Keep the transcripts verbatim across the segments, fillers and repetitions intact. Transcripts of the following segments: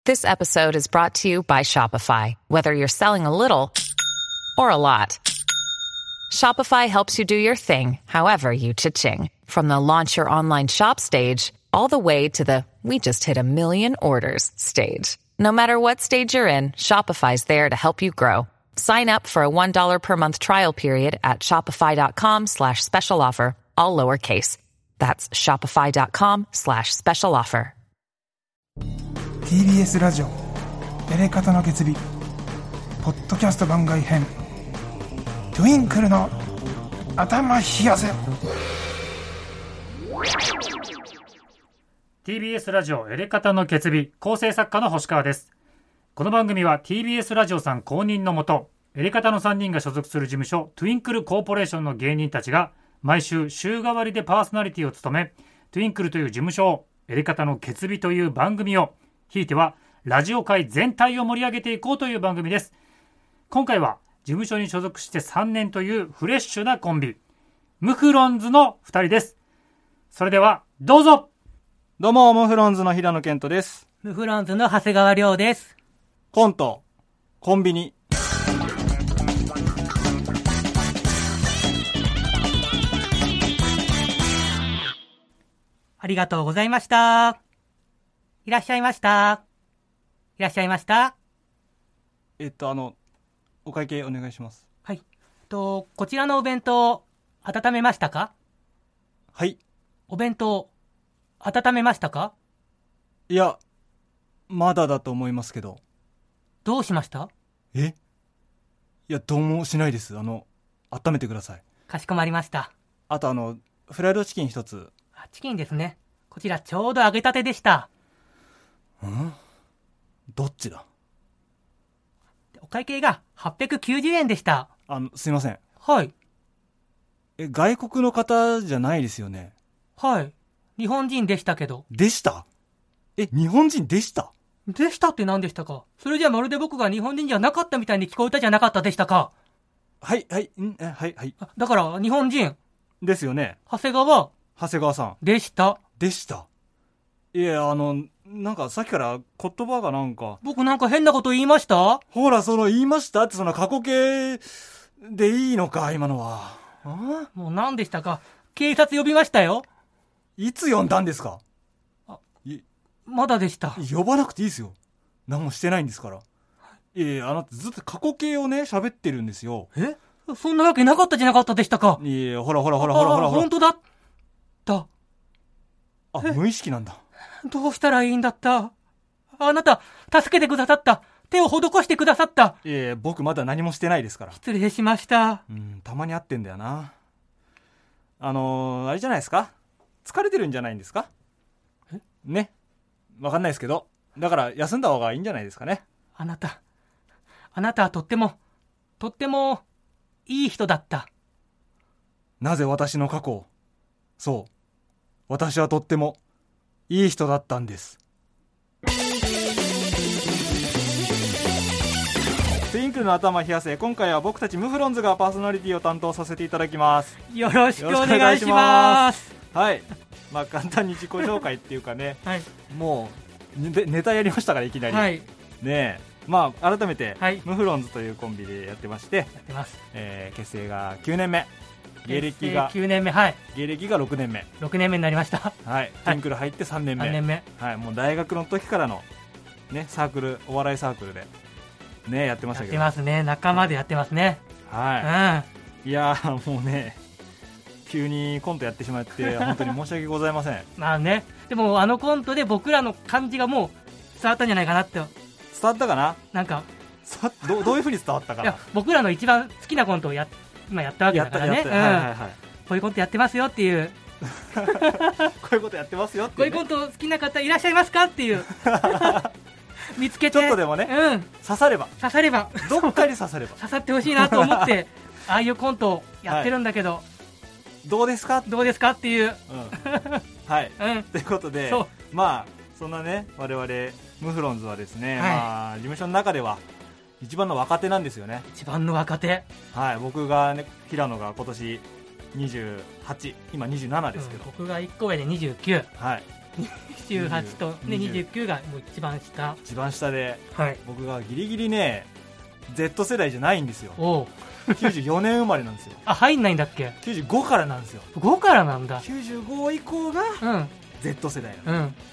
This episode is brought to you by Shopify. Whether you're selling a little or a lot, Shopify helps you do your thing, however you cha-ching. From the launch your online shop stage, all the way to the we just hit a million orders stage. No matter what stage you're in, Shopify's there to help you grow. Sign up for a one dollar per month trial period at shopify.com slash special offer, all lowercase. That's shopify.com slash special offer. ティービーエス ラジオエレカタの決日ポッドキャスト番外編トゥインクルの頭冷やせ。 ティービーエス ラジオエレカタの決日、構成作家の星川です。この番組は ティービーエス ラジオさん公認のもと、エレカタのさんにんが所属する事務所トゥインクルコーポレーションの芸人たちが毎週週替わりでパーソナリティを務め、トゥインクルという事務所をエレカタの決日という番組を、ひいてはラジオ界全体を盛り上げていこうという番組です。今回は事務所に所属してさんねんというフレッシュなコンビ、ムフロンズのふたりです。それではどうぞ。 どうも、ムフロンズの平野健人です。 ムフロンズの長谷川亮です。 コント、コンビニ。 ありがとうございました。いらっしゃいました。いらっしゃいました。 えっと、あの、お会計お願いします。 はい。と、こちらのお弁当、温めましたか？ はい。 お弁当、温めましたか？ いや、まだだと思いますけど。 どうしました？ え？いや、どうもしないです。あの、温めてください。 かしこまりました。 あと、あの、フライドチキン一つ。 あ、チキンですね。こちらちょうど揚げたてでした。 ん？どっちだ？ お会計がはっぴゃくきゅうじゅうえんでした。 あの、すいません。 はい。 え、外国の方じゃないですよね？ はい。日本人でしたけど。 でした？え、日本人でした？ でしたって何でしたか？それじゃまるで僕が日本人じゃなかったみたいに聞こえたじゃなかったでしたか？ はい、はい、んえ、はい、はい。 だから日本人。 ですよね。 長谷川。 長谷川さん。 でした。 でした。いや、あの、なんかさっきから言葉がなんか。 僕なんか変なこと言いました？ ほら、その言いましたってその過去形でいいのか、今のは。 ああ、もう何でしたか？警察呼びましたよ。 いつ呼んだんですか？ あ、まだでした。 呼ばなくていいですよ。何もしてないんですから。いやいや、あなたずっと過去形をね、喋ってるんですよ。 え？そんなわけなかったじゃなかったでしたか？ いやいや、ほらほらほらほらほらほら。 本当だった。 あ、無意識なんだ。 どうしたらいいんだった。あなた、助けてくださった。手を施してくださった。 いやいや、僕まだ何もしてないですから。 失礼しました。 うん、たまに会ってんだよな。あのー、あれじゃないですか？疲れてるんじゃないんですか？ え？ ね。わかんないですけど。だから休んだ方がいいんじゃないですかね。 あなた、あなたはとっても、とっても、いい人だった。 なぜ私の過去を。そう。私はとっても、いい人だったんです。トゥインクルの頭冷やせ。今回は僕たちムフロンズがパーソナリティを担当させていただきます。 よろしくお願いします。 はい。まあ簡単に自己紹介っていうかね、 はい、 もうネ、ネタやりましたからいきなり。 はい、 ねえ。まあ改めて、 はい、 ムフロンズというコンビでやってまして、やってます。 えー、結成がきゅうねんめ。芸歴がきゅうねんめ、はい、 芸歴がろくねんめ、 ろくねんめになりました。 はい、トゥインクル入ってさんねんめ、 さんねんめ、 はい、もう大学の時からのね、サークル、お笑いサークルでねやってましたけど、 やってますね、仲間でやってますね。 はい、うん、いやもうね急にコントやってしまって本当に申し訳ございません。 まあね、でもあのコントで僕らの感じがもう伝わったんじゃないかなって。伝わったかな。 なんかど, どういう風に伝わったかな。 いや、僕らの一番好きなコントをや今やったわけだからね。こういうコントやってますよっていうこういうことやってますよって、 ね、こういうコント好きな方いらっしゃいますかっていう見つけてちょっとでもね、 うん、 刺されば刺さればどっかに刺されば刺さってほしいなと思ってああいうコントをやってるんだけど、はい、 どうですかどうですかっていう、うん、 はい、 うん、 ということで、まあそんなね我々ムフロンズはですね、はい、まあ、事務所の中では一番の若手なんですよね。 一番の若手、 はい、僕が、ね、平野が今年にじゅうはち、今にじゅうななですけど、 うん、僕がいっこ上でにじゅうきゅう、 はい、 にじゅうはちと、ね、にじゅうきゅうがもう一番下。 一番下で、 はい、 僕がギリギリね Z 世代じゃないんですよ。 おきゅうじゅうよねん生まれなんですよ。 あ、入んないんだっけ。 きゅうじゅうごからなんですよ。 ごからなんだ。 きゅうじゅうご以降が Z 世代なの、うん、だから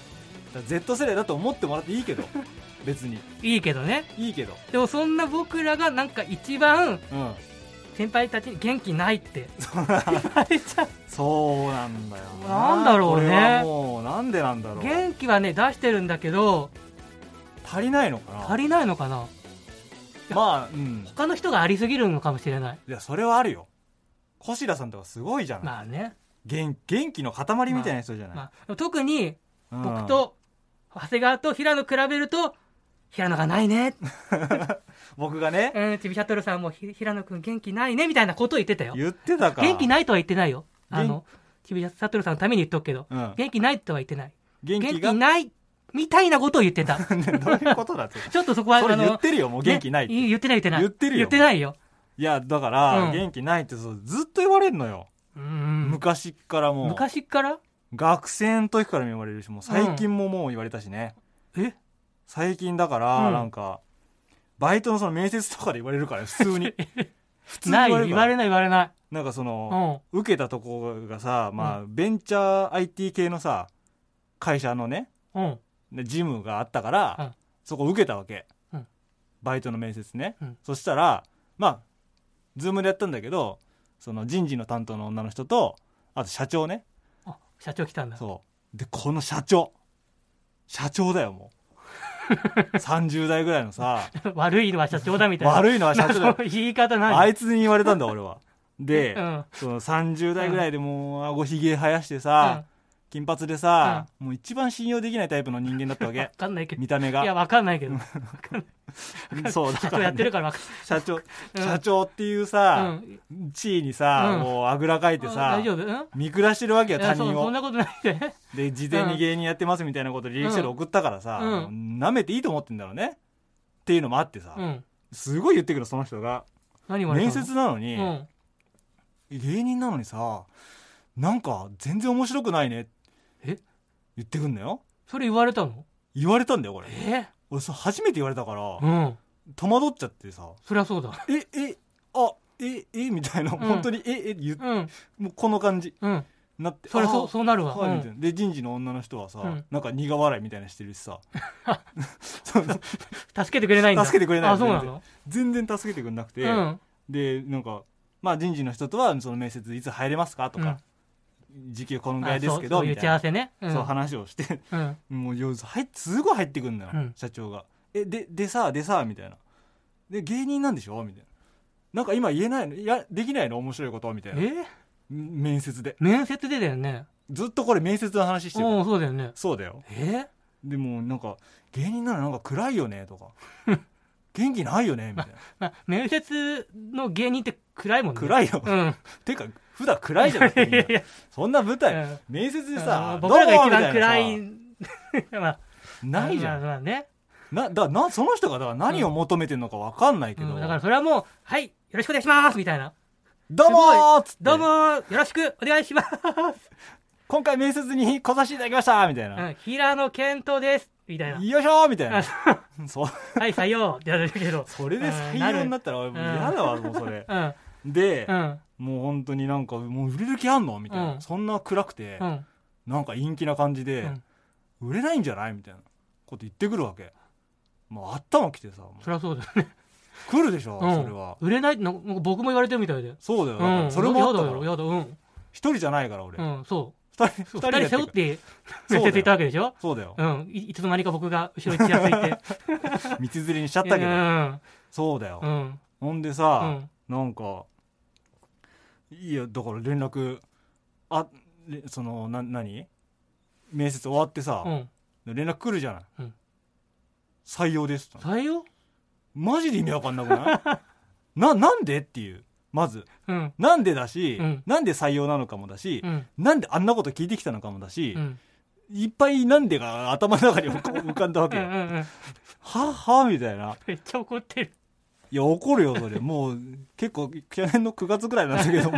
Z 世代だと思ってもらっていいけど別にいいけどね。 いいけど、 でもそんな僕らがなんか一番、うん、先輩たちに元気ないって言われちゃう。 そうなんだよな。 なんだろうね。これはもうなんでなんだろう。 元気はね出してるんだけど足りないのかな。 足りないのかな。 まあ、うん、 他の人がありすぎるのかもしれない。 いやそれはあるよ。小白さんとかすごいじゃない。 まあね、 元, 元気の塊みたいな人じゃない、まあまあ、特に僕と長谷川と平野比べると平野がないね僕がね、 うん、ちびシャトルさんも平野くん元気ないねみたいなことを言ってたよ。 言ってたか。 元気ないとは言ってないよ。あのちびシャトルさんのために言っとくけど、うん、元気ないとは言ってない。 元気が元気ないみたいなことを言ってた。 どういうことだって。 ちょっとそこはそれ言ってるよ。もう元気ないって、 ね、言ってない言ってない。 言ってるよ。 言ってないよ。 いやだから、うん、元気ないってずっと言われるのよ。うん、昔からもう。 昔から学生の時からも言われるし、もう最近ももう言われたしね。 うん、え最近だから、うん、なんかバイトのその面接とかで言われるから普通に普通に言われるから。ない言われない言われない。 なんかその、うん、受けたとこがさ、まあ、うん、ベンチャー アイティー 系のさ会社のね、うん、事務があったから、うん、そこ受けたわけ、うん、バイトの面接ね、うん、そしたらまあズームでやったんだけど、その人事の担当の女の人とあと社長ね。 あ、社長来たんだ。 そうでこの社長社長だよもうさんじゅう代ぐらいのさ悪いのは社長だみたいな。 悪いのは社長だ言い方何。 あいつに言われたんだ俺は。で、うん、そのさんじゅう代ぐらいでもう顎ひげ生やしてさ、うん、金髪でさ、うん、もう一番信用できないタイプの人間だったわけ。 わかんないけど。 見た目が。 いやわかんないけど。 そうだから、ね、 社長やってるからわかんない。 社長、うん、社長っていうさ、うん、地位にさ、うん、もうあぐらかいてさ、 大丈夫、うん、 見下してるわけよ他人を。 そ, そんなことないで。 で事前に芸人やってますみたいなことで履歴書で送ったからさ、うん、舐めていいと思ってんだろうねっていうのもあってさ、うん、すごい言ってくるその人が。 何言われたの。 面接なのに、うん、芸人なのにさなんか全然面白くないねえ言ってくんだよ。 それ言われたの。 言われたんだよこれ。 え俺さ初めて言われたから、うん、戸惑っちゃってさ。 そりゃそうだ。 ええあええみたいな、うん、本当にええ言って、うん、もうこの感じ、うん、なって。 それそうそうなるわ、 はい、みたいな。で人事の女の人はさ、うん、なんか苦笑いみたいなしてるしさ助けてくれないんだ。 助けてくれない。 あ、そうなの。 全然助けてくれなくて、うん、でなんかまあ人事の人とはその面接いつ入れますかとか、うん、時給このぐらいですけどみたいな、そういう打ち合わせね、うん、そう話をして、うん、もうよすごい入ってくるんだよ、うん、社長が。えででさでさみたいな。で芸人なんでしょみたいな。なんか今言えないの、いやできないの面白いことみたいな。え面接で面接でだよね。 ずっとこれ面接の話してる。 おそうだよね。 そうだよ。 えでもなんか芸人ならなんか暗いよねとか元気ないよねみたいな、 まま、面接の芸人って暗いもんね。 暗いよ、うん、てか普段暗いじゃないですか。いやいやそんな舞台、うん、面接でさ、 僕らが一番暗いまあ、 ないじゃん、 まあね、 なだなその人がだから何を求めてるのか分かんないけど、 うん、だからそれはもうはいよろしくお願いしますみたいな。 どうもーっつってどうもーよろしくお願いします今回面接に来させていただきましたみたいな、 うん、平野健人ですみたいな。 よいしょーみたいなそうはい採用ってやるけどそれで採用になったら俺もう嫌だわ、うん、もうそれ、うん、で、うん、もう本当になんかもう売れる気あんのみたいな、うん、そんな暗くて、うん、なんか陰気な感じで、うん、売れないんじゃないみたいなこと言ってくるわけ。もう頭きてさ、 そりゃそうだよね来るでしょ、うん、それは売れないなんか僕も言われてるみたいで。 そうだよ、うん、それもあったから。 やだよやだ、うん、 一人じゃないから俺、 うん、そう二人二人二人背負って面接行ったわけでしょ。 そうだよ、 うん、い, いつの間にか僕が後ろにちらついて道連れにしちゃったけど、うん、そうだよ、うん、ほんでさ、うん、なんかいやだから連絡あそのな何面接終わってさ、うん、連絡来るじゃない、うん、採用ですと。 採用マジで意味わかんなくないな, なんでっていうまず、うん、なんでだし、うん、なんで採用なのかもだし、うん、なんであんなこと聞いてきたのかもだし、うん、いっぱいなんでが頭の中に浮かんだわけようんうん、うん、ははみたいな。 めっちゃ怒ってる。 いや怒るよそれもう結構去年のくがつぐらいなんだけども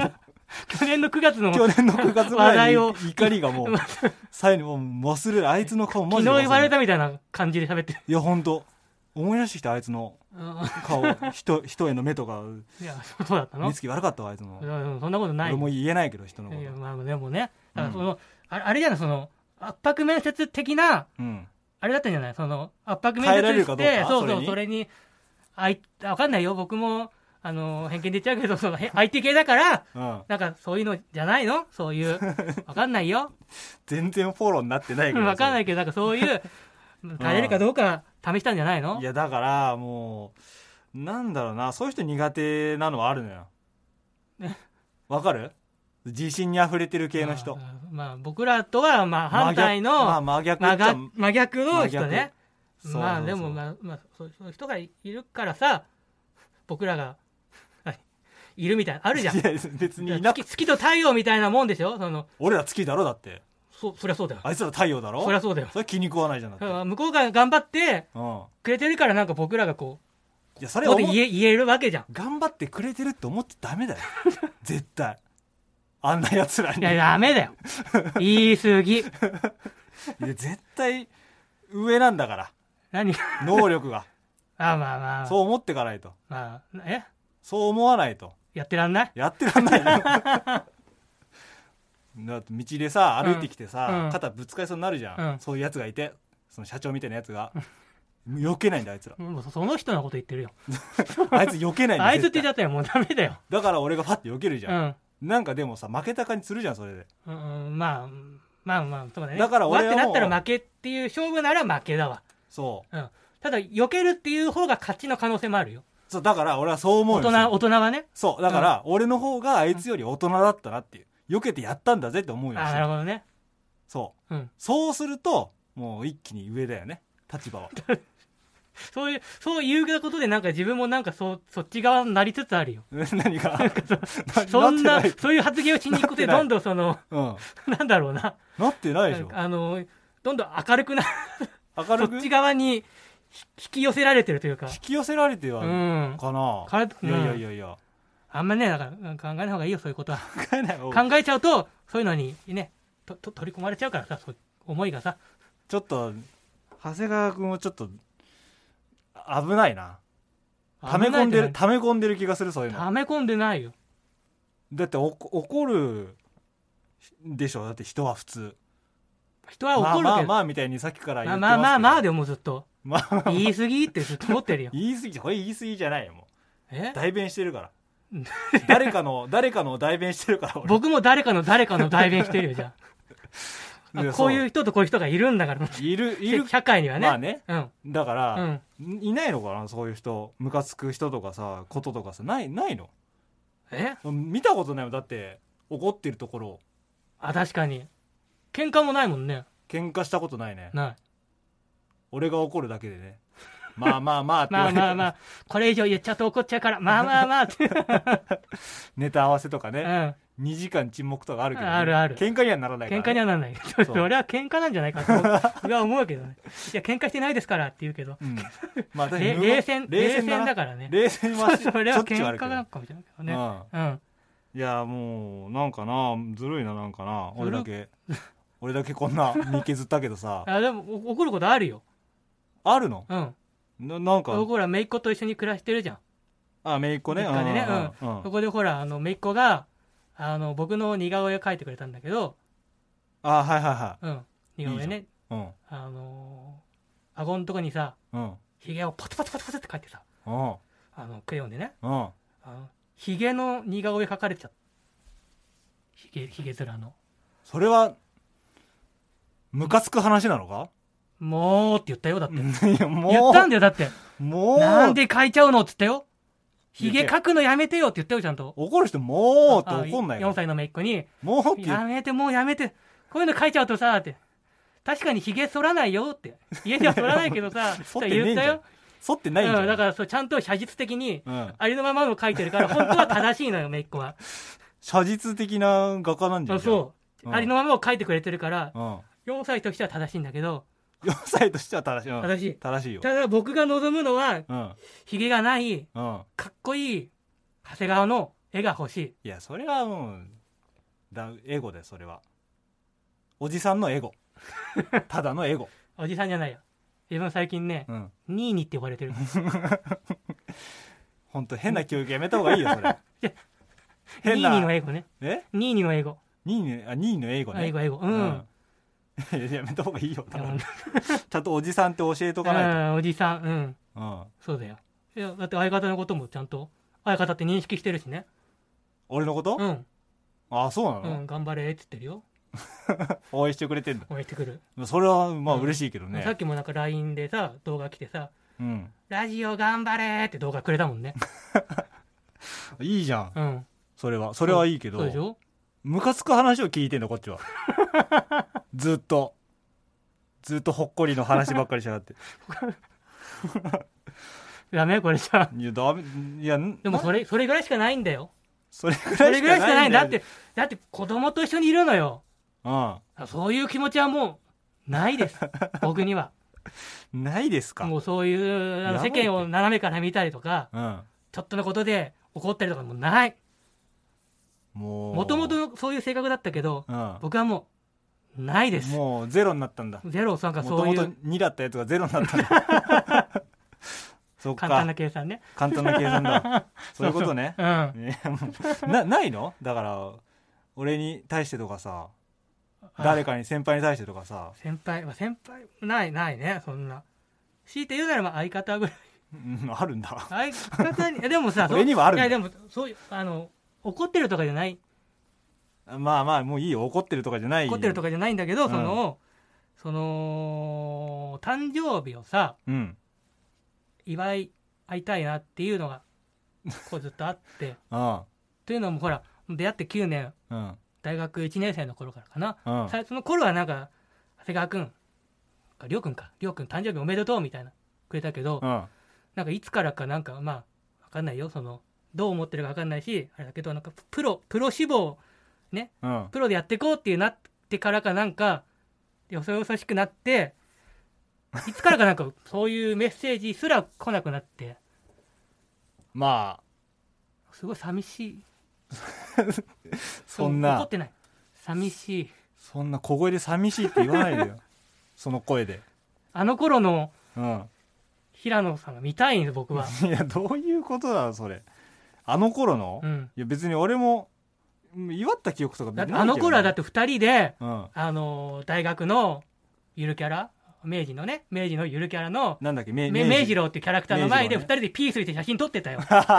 去年のくがつの去年のくがつぐらいに怒りがもう最後もう忘れる。あいつの顔マジで昨日言われたみたいな感じで喋ってる。 いや本当思い出してきた。あいつの顔人, 人への目とか。 いやそうだったの。 目つき悪かったわあいつの。 いやそんなことない。 俺も言えないけど人のこと。 いやまあでもね、だからその、うん、あれじゃない、その圧迫面接的な、うん、あれだったんじゃない。その圧迫面接して、 変えられるかどうか。 そうそう、それにあい分かんないよ、僕もあの偏見で言っちゃうけど、その アイティー 系だから、うん、なんかそういうのじゃないの、そういう分かんないよ。 全然フォローになってないけど分かんないけど、なんかそういう変えれるかどうか試したんじゃないの。 いやだからもうなんだろうな、そういう人苦手なのはあるのよ。わかる？自信にあふれてる系の人。 まあ、まあ、僕らとはまあ反対のまあ真逆真逆真逆の人ね。まあでもまあまあそういう人がいるからさ、僕らがいるみたいなあるじゃん。いや別にいなく月と太陽みたいなもんでしょ。その俺ら月だろだって。 そそりゃそうだよ。 あいつら太陽だろ。 そりゃそうだよ。 それ気に食わないじゃん。だって向こうが頑張ってくれてるからなんか僕らがこういやそれは言え言えるわけじゃん。 頑張ってくれてるって思ってダメだよ絶対あんなやつらに。 いやダメだよ言い過ぎ。いや絶対上なんだから何能力があまあまあそう思ってかないと。 まあえそう思わないとやってらんない。 やってらんないよだって道でさ歩いてきてさ、うん、肩ぶつかりそうになるじゃん、うん、そういうやつがいて、その社長みたいなやつが避けないんだあいつら。 もうその人のこと言ってるよあいつ避けないんだ。 あいつって言っちゃったよ、もうダメだよ。 だから俺がパッて避けるじゃん、うん、なんかでもさ負けた感じするじゃんそれで、 うん、まあまあまあそうだね。 だから俺はわってなったら負けっていう勝負なら負けだわ。 そう、 うん、ただ避けるっていう方が勝ちの可能性もあるよ。 そうだから俺はそう思うよ。 大人大人はね。 そうだから、うん、俺の方があいつより大人だったなっていう、避けてやったんだぜって思うよ。 あなるほどね。 そう、うん、そうするともう一気に上だよね立場はそういうそういうことでなんか自分もなんか そ, そっち側になりつつあるよ何がそ, そんなそういう発言をしに行くとどんどんその、うん、なんだろうななってないでしょ。 あのどんどん明るくな明るくそっち側に引き寄せられてるというか。 引き寄せられては、うん、かな、 うん、 いやいやいやいやあんまねだから考えない方がいいよそういうことは。 考えない方考えちゃうとそういうのにねとと取り込まれちゃうからさ、そう思いがさ。 ちょっと長谷川君もちょっと危ないな。溜め込んでる溜め込んでる気がする。そういうの溜め込んでないよ。 だってお怒るでしょ。だって人は普通人は怒るけど、まあまあまあみたいにさっきから言ってますけど、 まあまあまあでもずっと、まあ、言い過ぎってずっと思ってるよ言い過ぎこれ言い過ぎじゃないよ。もうえ代弁してるから誰かの誰かの代弁してるから俺僕も誰かの誰かの代弁してるよじゃあこういう人とこういう人がいるんだからいるいる社会にはね。 まあね、うん、だから、うん、いないのかなそういう人。ムカつく人とかさこととかさないないの。 え見たことないもんだって怒ってるところ。 あ確かに喧嘩もないもんね。 喧嘩したことないね。 ない。 俺が怒るだけでねまあまあまあってまあまあまあこれ以上言っちゃうと怒っちゃうからまあまあまあってネタ合わせとかね、うん、にじかん沈黙とかあるけど、ね、 あるある。 喧嘩にはならないから、ね、 喧嘩にはならない俺は喧嘩なんじゃないかと俺は思うけどね。いや喧嘩してないですからって言うけど、うんまあ、冷戦冷戦だからね。 冷戦はそれは喧嘩なんかもしれないけどね、うん、うん、 いやもうなんかなずるいななんかな俺だけ俺だけこんな身削ったけどさあでも怒ることあるよ。 あるの。 うんな, なんかほら姪っ子と一緒に暮らしてるじゃん。 あ姪っ子ね。 実家でね、うんうんうん、そこでほらあの姪っ子があの僕の似顔絵を描いてくれたんだけど。 あはいはいはい、 うん、似顔絵ね。 いいうん、 あのー、顎のとこにさ、うん、ひげをポツポツポツポツって描いてさ、うん、あのクレヨンでね、うん、あのひげの似顔絵描かれちゃった。ひげひげ面の。 それはムカつく話なのか。 もうって言ったよだって。 いやもう言ったんだよだって。 もうなんで書いちゃうのって言ったよ。ひげ書くのやめてよって言ったよちゃんと。 怒る人もうって怒んないよ。 よんさいの姪っ子にもうってやめてもうやめてこういうの書いちゃうとさって確かにひげ剃らないよって家では剃らないけどさ言ったよ。 剃ってないんじゃん、うん、 だからそうちゃんと写実的にありのままの書いてるから本当は正しいのよ姪っ子は。 写実的な画家なんじゃん。 そう、うん、ありのままを書いてくれてるから、うん、よんさいとしては正しいんだけど。 よんさいとしては正しい、うん、 正しい正しいよ。 ただ僕が望むのは、うん、ひげがない、うん、かっこいい長谷川の絵が欲しい。 いやそれはもうだエゴでそれはおじさんのエゴただのエゴおじさんじゃないよ自分最近ね、うん、ニーニって呼ばれてるほんと変な教育やめた方がいいよそれ変なニーニのエゴねえニーニのエゴニーニあニーニのエゴねエゴエゴうん、うんやめた方がいいよだからちゃんとおじさんって教えとかないと、うん、 おじさんうん、うん、そうだよいやだって相方のこともちゃんと相方って認識してるしね俺のこと？ うんああそうなの？ うん頑張れって言ってるよ応援してくれてんだ応援してくるそれはまあ嬉しいけどね、 うん、さっきもなんか ライン でさ動画来てさ、うん、ラジオ頑張れって動画くれたもんねいいじゃん、 うん、 それはそれはいいけどそうでしょムカつく話を聞いてんだこっちはずっとずっとほっこりの話ばっかりしやがってダメこれじゃいやダメいやでもそれそれぐらいしかないんだよそれぐらいしかないんだよだってだって子供と一緒にいるのよ、 うん、 そういう気持ちはもうないです僕にはないですかもうそういうあの世間を斜めから見たりとか、うん、ちょっとのことで怒ったりとかもないもともとそういう性格だったけど、うん、僕はもうないですもうゼロになったんだゼロなんかそういうもともとにだったやつがゼロになったんだそっか簡単な計算ね簡単な計算だそういうことねそうそう、うん、な, ないのだから俺に対してとかさ誰かに先輩に対してとかさ先輩は先輩ないないねそんな強いて言うならば相方ぐらい、 うん、あるんだ相方にでもさ俺にはあるんだいやでもそういうあの怒ってるとかじゃないまあまあもういいよ怒ってるとかじゃない怒ってるとかじゃないんだけど、うん、そのその誕生日をさ、うん、祝い会いたいなっていうのがこうずっとあってああというのもほら出会ってきゅうねん、うん、大学いちねん生の頃からかな、うん、その頃はなんか長谷川君りょうくんかりょうくん誕生日おめでとうみたいなくれたけど、うん、なんかいつからかなんかまあ分かんないよそのどう思ってるか分かんないしあれだけどなんかプロプロ志望ね、うん、プロでやっていこうっていうなってからかなんかよそよそしくなっていつからかなんかそういうメッセージすら来なくなってまあすごい寂しいそんな怒ってない寂しいそんな小声で寂しいって言わないでよその声であの頃の、うん、平野さんが見たいんです僕はいやどういうことだそれあの頃の、うん、いや別に俺も祝った記憶とかないけど、ね、あの頃はだってふたりで、うん、あの大学のゆるキャラ明治のね明治のゆるキャラのなんだっけ明治郎っていうキャラクターの前でふたりでピースして写真撮ってたよ撮った、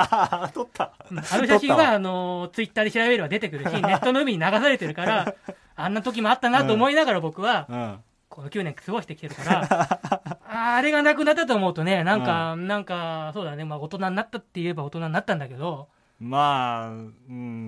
うん、あの写真はあのツイッターで調べれば出てくるしネットの海に流されてるからあんな時もあったなと思いながら僕は、うん、このきゅうねん過ごしてきてるからあれがなくなったと思うとねなんか、うん、なんかそうだね、まあ、大人になったって言えば大人になったんだけどまあ、うん、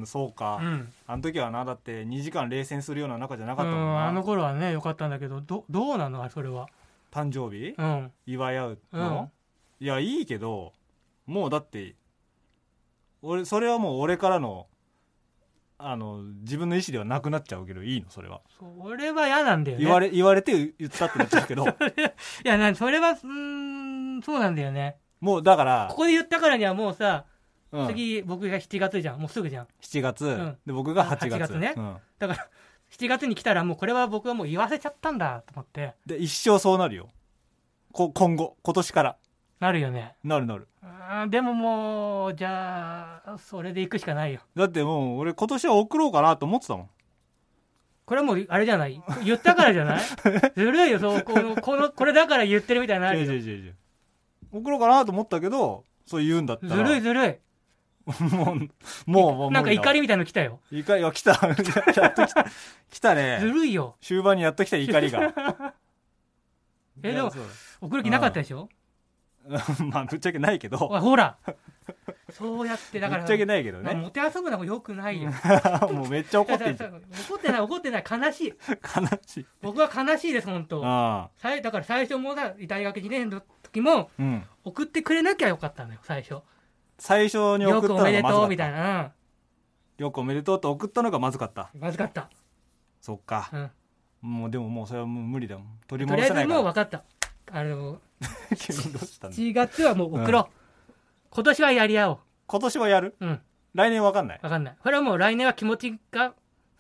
そうか、うん、あの時はなだってにじかん冷戦するような仲じゃなかったもんな、うん、 あの頃はねよかったんだけど ど, どうなのそれは誕生日、 うん、 祝い合うの、うん、いやいいけどもうだって俺それはもう俺からのあの自分の意思ではなくなっちゃうけどいいのそれはそれは嫌なんだよね言われ言われて言ったってなっちゃうけどいやなそれはうーんそうなんだよねもうだからここで言ったからにはもうさうん、次僕がしちがつじゃんもうすぐじゃんしちがつ、うん、で僕がはちがつはちがつね、うん、だからしちがつに来たらもうこれは僕はもう言わせちゃったんだと思ってで一生そうなるよこ今後今年からなるよねなるなるあでももうじゃあそれで行くしかないよだってもう俺今年は送ろうかなと思ってたもんこれはもうあれじゃない言ったからじゃないずるいよそうこのこのこれだから言ってるみたいになるよ送ろうかなと思ったけどそう言うんだったらずるいずるいもう、もう、もう、 なんか怒りみたいなの来たよ。 怒りは来た。やっと来た。来たね。 ずるいよ。 終盤にやっと来た怒りが。 え、でも、送る気なかったでしょまあ、ぶっちゃけないけど。 ほら。そうやって、だから。 ぶっちゃけないけどね。 もてあそぶのもよくないよ。 もうめっちゃ怒ってんじゃん。 怒ってない、怒ってない。悲しい。 悲しい。 僕は悲しいです、本当。ああ。だから最初もさ、大学いちねんの時も、うん、送ってくれなきゃよかったのよ、最初。 最初に送ったのがまずかった。よくおめでとうみたいな。 よくおめでとうと送ったのがまずかった。 まずかった。 そっか。うん、もうでももうそれはもう無理だもん。取り戻せないから。 とりあえずもう分かった。あのしちがつはもう送ろう、うん。今年はやり合おう。 今年はやる？うん。来年分かんない。 分かんない。これはもう来年は気持ちが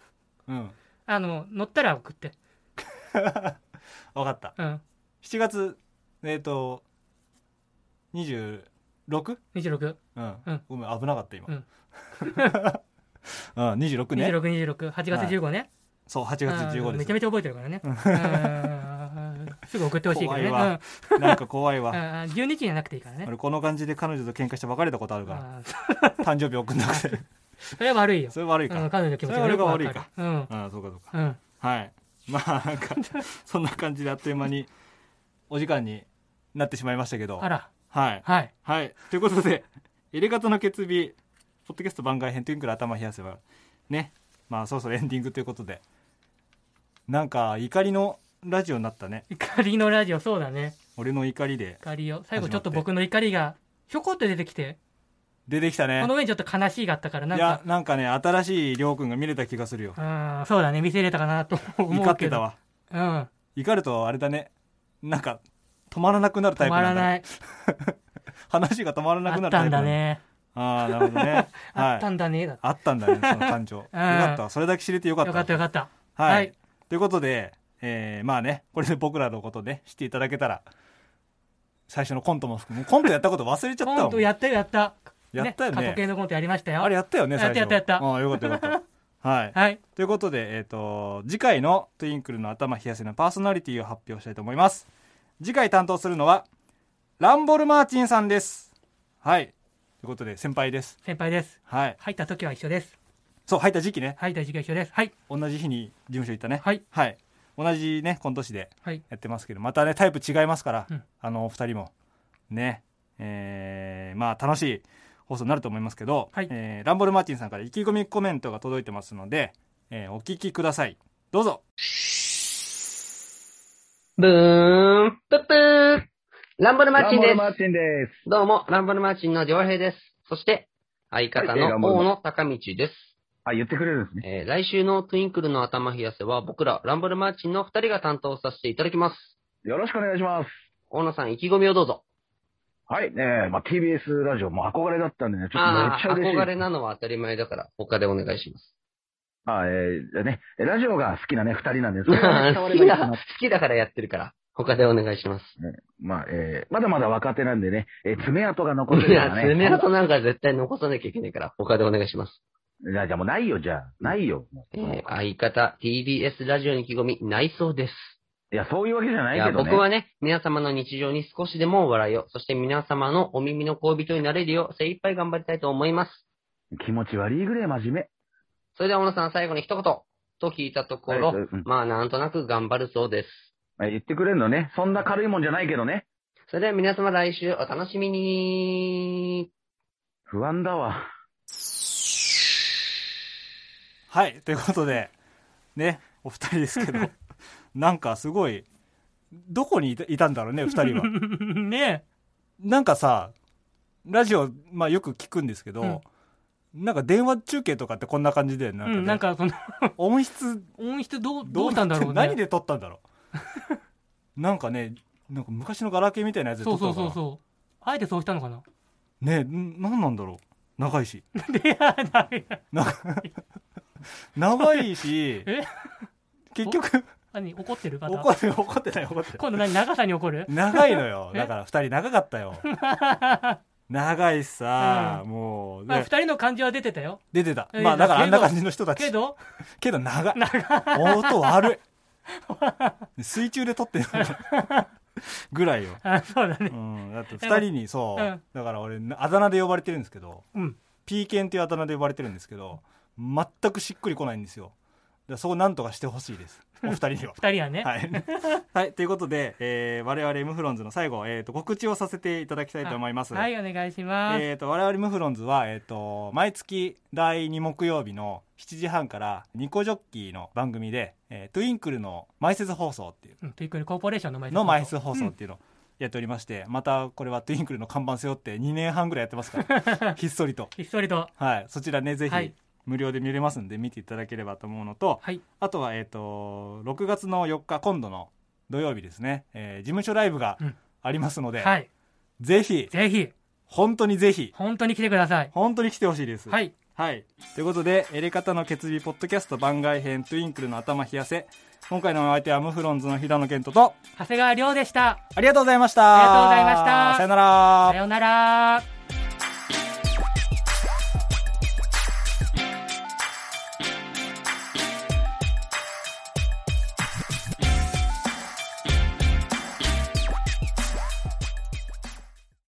うん、あの乗ったら送って分かった、 うん、 しちがつえっ、ー、と にじゅうろく? にじゅうろく、 うんうん、ごめん危なかった今、うんうん、 にじゅうろくねにじゅうろく、にじゅうろく、はちがつじゅうごね、はい、 そうはちがつじゅうごです。 めちゃめちゃ覚えてるからねすぐ送ってほしいけどね。 怖いわ、うん、なんか怖いわじゅうににちじゃなくていいからね。 俺この感じで彼女と喧嘩して別れたことあるから誕生日送んなくてそれは悪いよ。 それ悪いか、 うん、彼女の気持ちがよくわかる。それが悪いか、 うん、 ああそうかそうか、 うん、 はいまあなんかそんな感じであっという間にお時間になってしまいましたけど、 あらはいはい、 はい、ということでエレガタの決日ポッドキャスト番外編トゥインクル頭冷やせばね、まあそろそろエンディングということで、なんか怒りのラジオになったね。 怒りのラジオ、そうだね。 俺の怒りで怒りを最後ちょっと僕の怒りがひょこって出てきて出てきたね。 この上にちょっと悲しいがあったからなんか、 いやなんかね新しいりょうくんが見れた気がするよ。 うん、そうだね、見せれたかなと思うけど。 怒ってたわ。 うん、 怒るとあれだね、なんか止まらなくなるタイプなんだ、ね、 止まらない話が止まらなくなるタイプなんだ。 あったんだね。 ああなるほどねあったんだね、はい、 あったんだねその感情よかった、それだけ知れてよかった。 よかったよかった、 はい、はい、ということで、えー、まあねこれで僕らのことね知っていただけたら、最初のコントも含むコントやったこと忘れちゃったわ。 コントやったよやったやったよね。 過去形のコントやりましたよ。 あれやったよね最初。 やったやったやった。 ああよかったよかったはい、 はい、 ということで、えー、と次回のトゥインクルの頭冷やせのパーソナリティを発表したいと思います。次回担当するのはランボルマーチンさんです。はいということで先輩です。 先輩です。 はい。 入った時は一緒です。 そう入った時期ね。 入った時期は一緒です。はい。 同じ日に事務所行ったね。 はい。 はい。同じね今年でやってますけど、またねタイプ違いますから、 うん、 あのお二人もね、えー、まあ楽しい放送になると思いますけど、 はい、 えー、ランボルマーチンさんから意気込みコメントが届いてますので、えー、お聞きください。どうぞ。 ブーンプップーランボルマーチンです。ランボルマーチンです。 どうも、ランボルマーチンの良平です。そして、相方の大野高道です。 あ、言ってくれるんですね。 えー、来週のトゥインクルの頭冷やせは、僕ら、ランボルマーチンの二人が担当させていただきます。 よろしくお願いします。 大野さん、意気込みをどうぞ。 はい、ねまあ、ティービーエス ラジオも憧れだったんでね、ちょっとめっちゃ嬉しい。 憧れなのは当たり前だから、他でお願いします。 あ、えー、ね、ラジオが好きなね、二人なんです。 好きだ、好きだからやってるから。他でお願いします。 ね、まあ、えー、まだまだ若手なんでね、えー、爪痕が残ってるからね。 いや、爪痕なんか絶対残さなきゃいけないから、他でお願いします。 じゃあ、じゃあもうないよ、じゃあ。ないよ。 えー、相方、ティービーエス ラジオに意気込み、ないそうです。 いや、そういうわけじゃないけどね。 いや、僕はね、皆様の日常に少しでも笑いを、そして皆様のお耳の恋人になれるよう、精一杯頑張りたいと思います。 気持ち悪いぐらい真面目。 それでは、小野さん、最後に一言、と聞いたところ、はい、うん、まあ、なんとなく頑張るそうです。 言ってくれんのね。そんな軽いもんじゃないけどね。 それでは皆様来週お楽しみに。 不安だわ。 はい、ということで、ね、お二人ですけど、なんかすごい、どこにい た, いたんだろうね、二人は。 ねなんかさ、ラジオ、まあよく聞くんですけど、うんなんか電話中継とかってこんな感じでなんか、ね、 うん、なんかその音質音質どうどうしたんだろうね。 何で撮ったんだろう。なんかね、なんか昔のガラケーみたいなやつで撮ったのかな。 そうそうそうそう。あえてそうしたのかな。 ね、なんなんだろう。長いし。 いやだめだ。 長いし。 え？ 結局。 何怒ってる方？ 怒って怒ってない怒ってない。 今度何長さに怒る？ 長いのよ。だから二人長かったよ。長いしさ、うん、もう、ね、 まあ、ふたりの感じは出てたよ。 出てた。まあだからあんな感じの人たち。 けどけど長い。音悪い。水中で撮ってるぐらいよ。 あ、そうだね。 うん、だってふたりにそう、うん、だから俺あだ名で呼ばれてるんですけど、 うん、 ピーケンっていうあだ名で呼ばれてるんですけど、全くしっくりこないんですよ。そこなんとかしてほしいです。お二人には。 二人はね。 はい。はい。ということで、えー、我々ムフロンズの最後、えーと、告知をさせていただきたいと思います。 はい、お願いします。 えーと、我々ムフロンズは、えーと、毎月だいに木曜日のしちじはんからニコジョッキーの番組で、えー、トゥインクルの埋設放送っていう、 うん、トゥインクルコーポレーションの埋設放送の埋設放送っていうのをやっておりまして、うん、またこれはトゥインクルの看板背負ってにねんはんぐらいやってますからひっそりとひっそりと、 はい、そちらねぜひ、 はい無料で見れますんで見ていただければと思うのと、 はい、 あとは、えーと、ろくがつのよっか今度の土曜日ですね、えー、事務所ライブがありますので、 うんはい、 ぜひぜひ本当にぜひ本当に来てください。 本当に来てほしいです。 はい、 はい。ということで、エレカタの決意ポッドキャスト番外編トゥインクルの頭冷やせ。今回のお相手はムフロンズの平野健人と長谷川亮でした。 ありがとうございました。 ありがとうございました。 さよなら。 さよなら。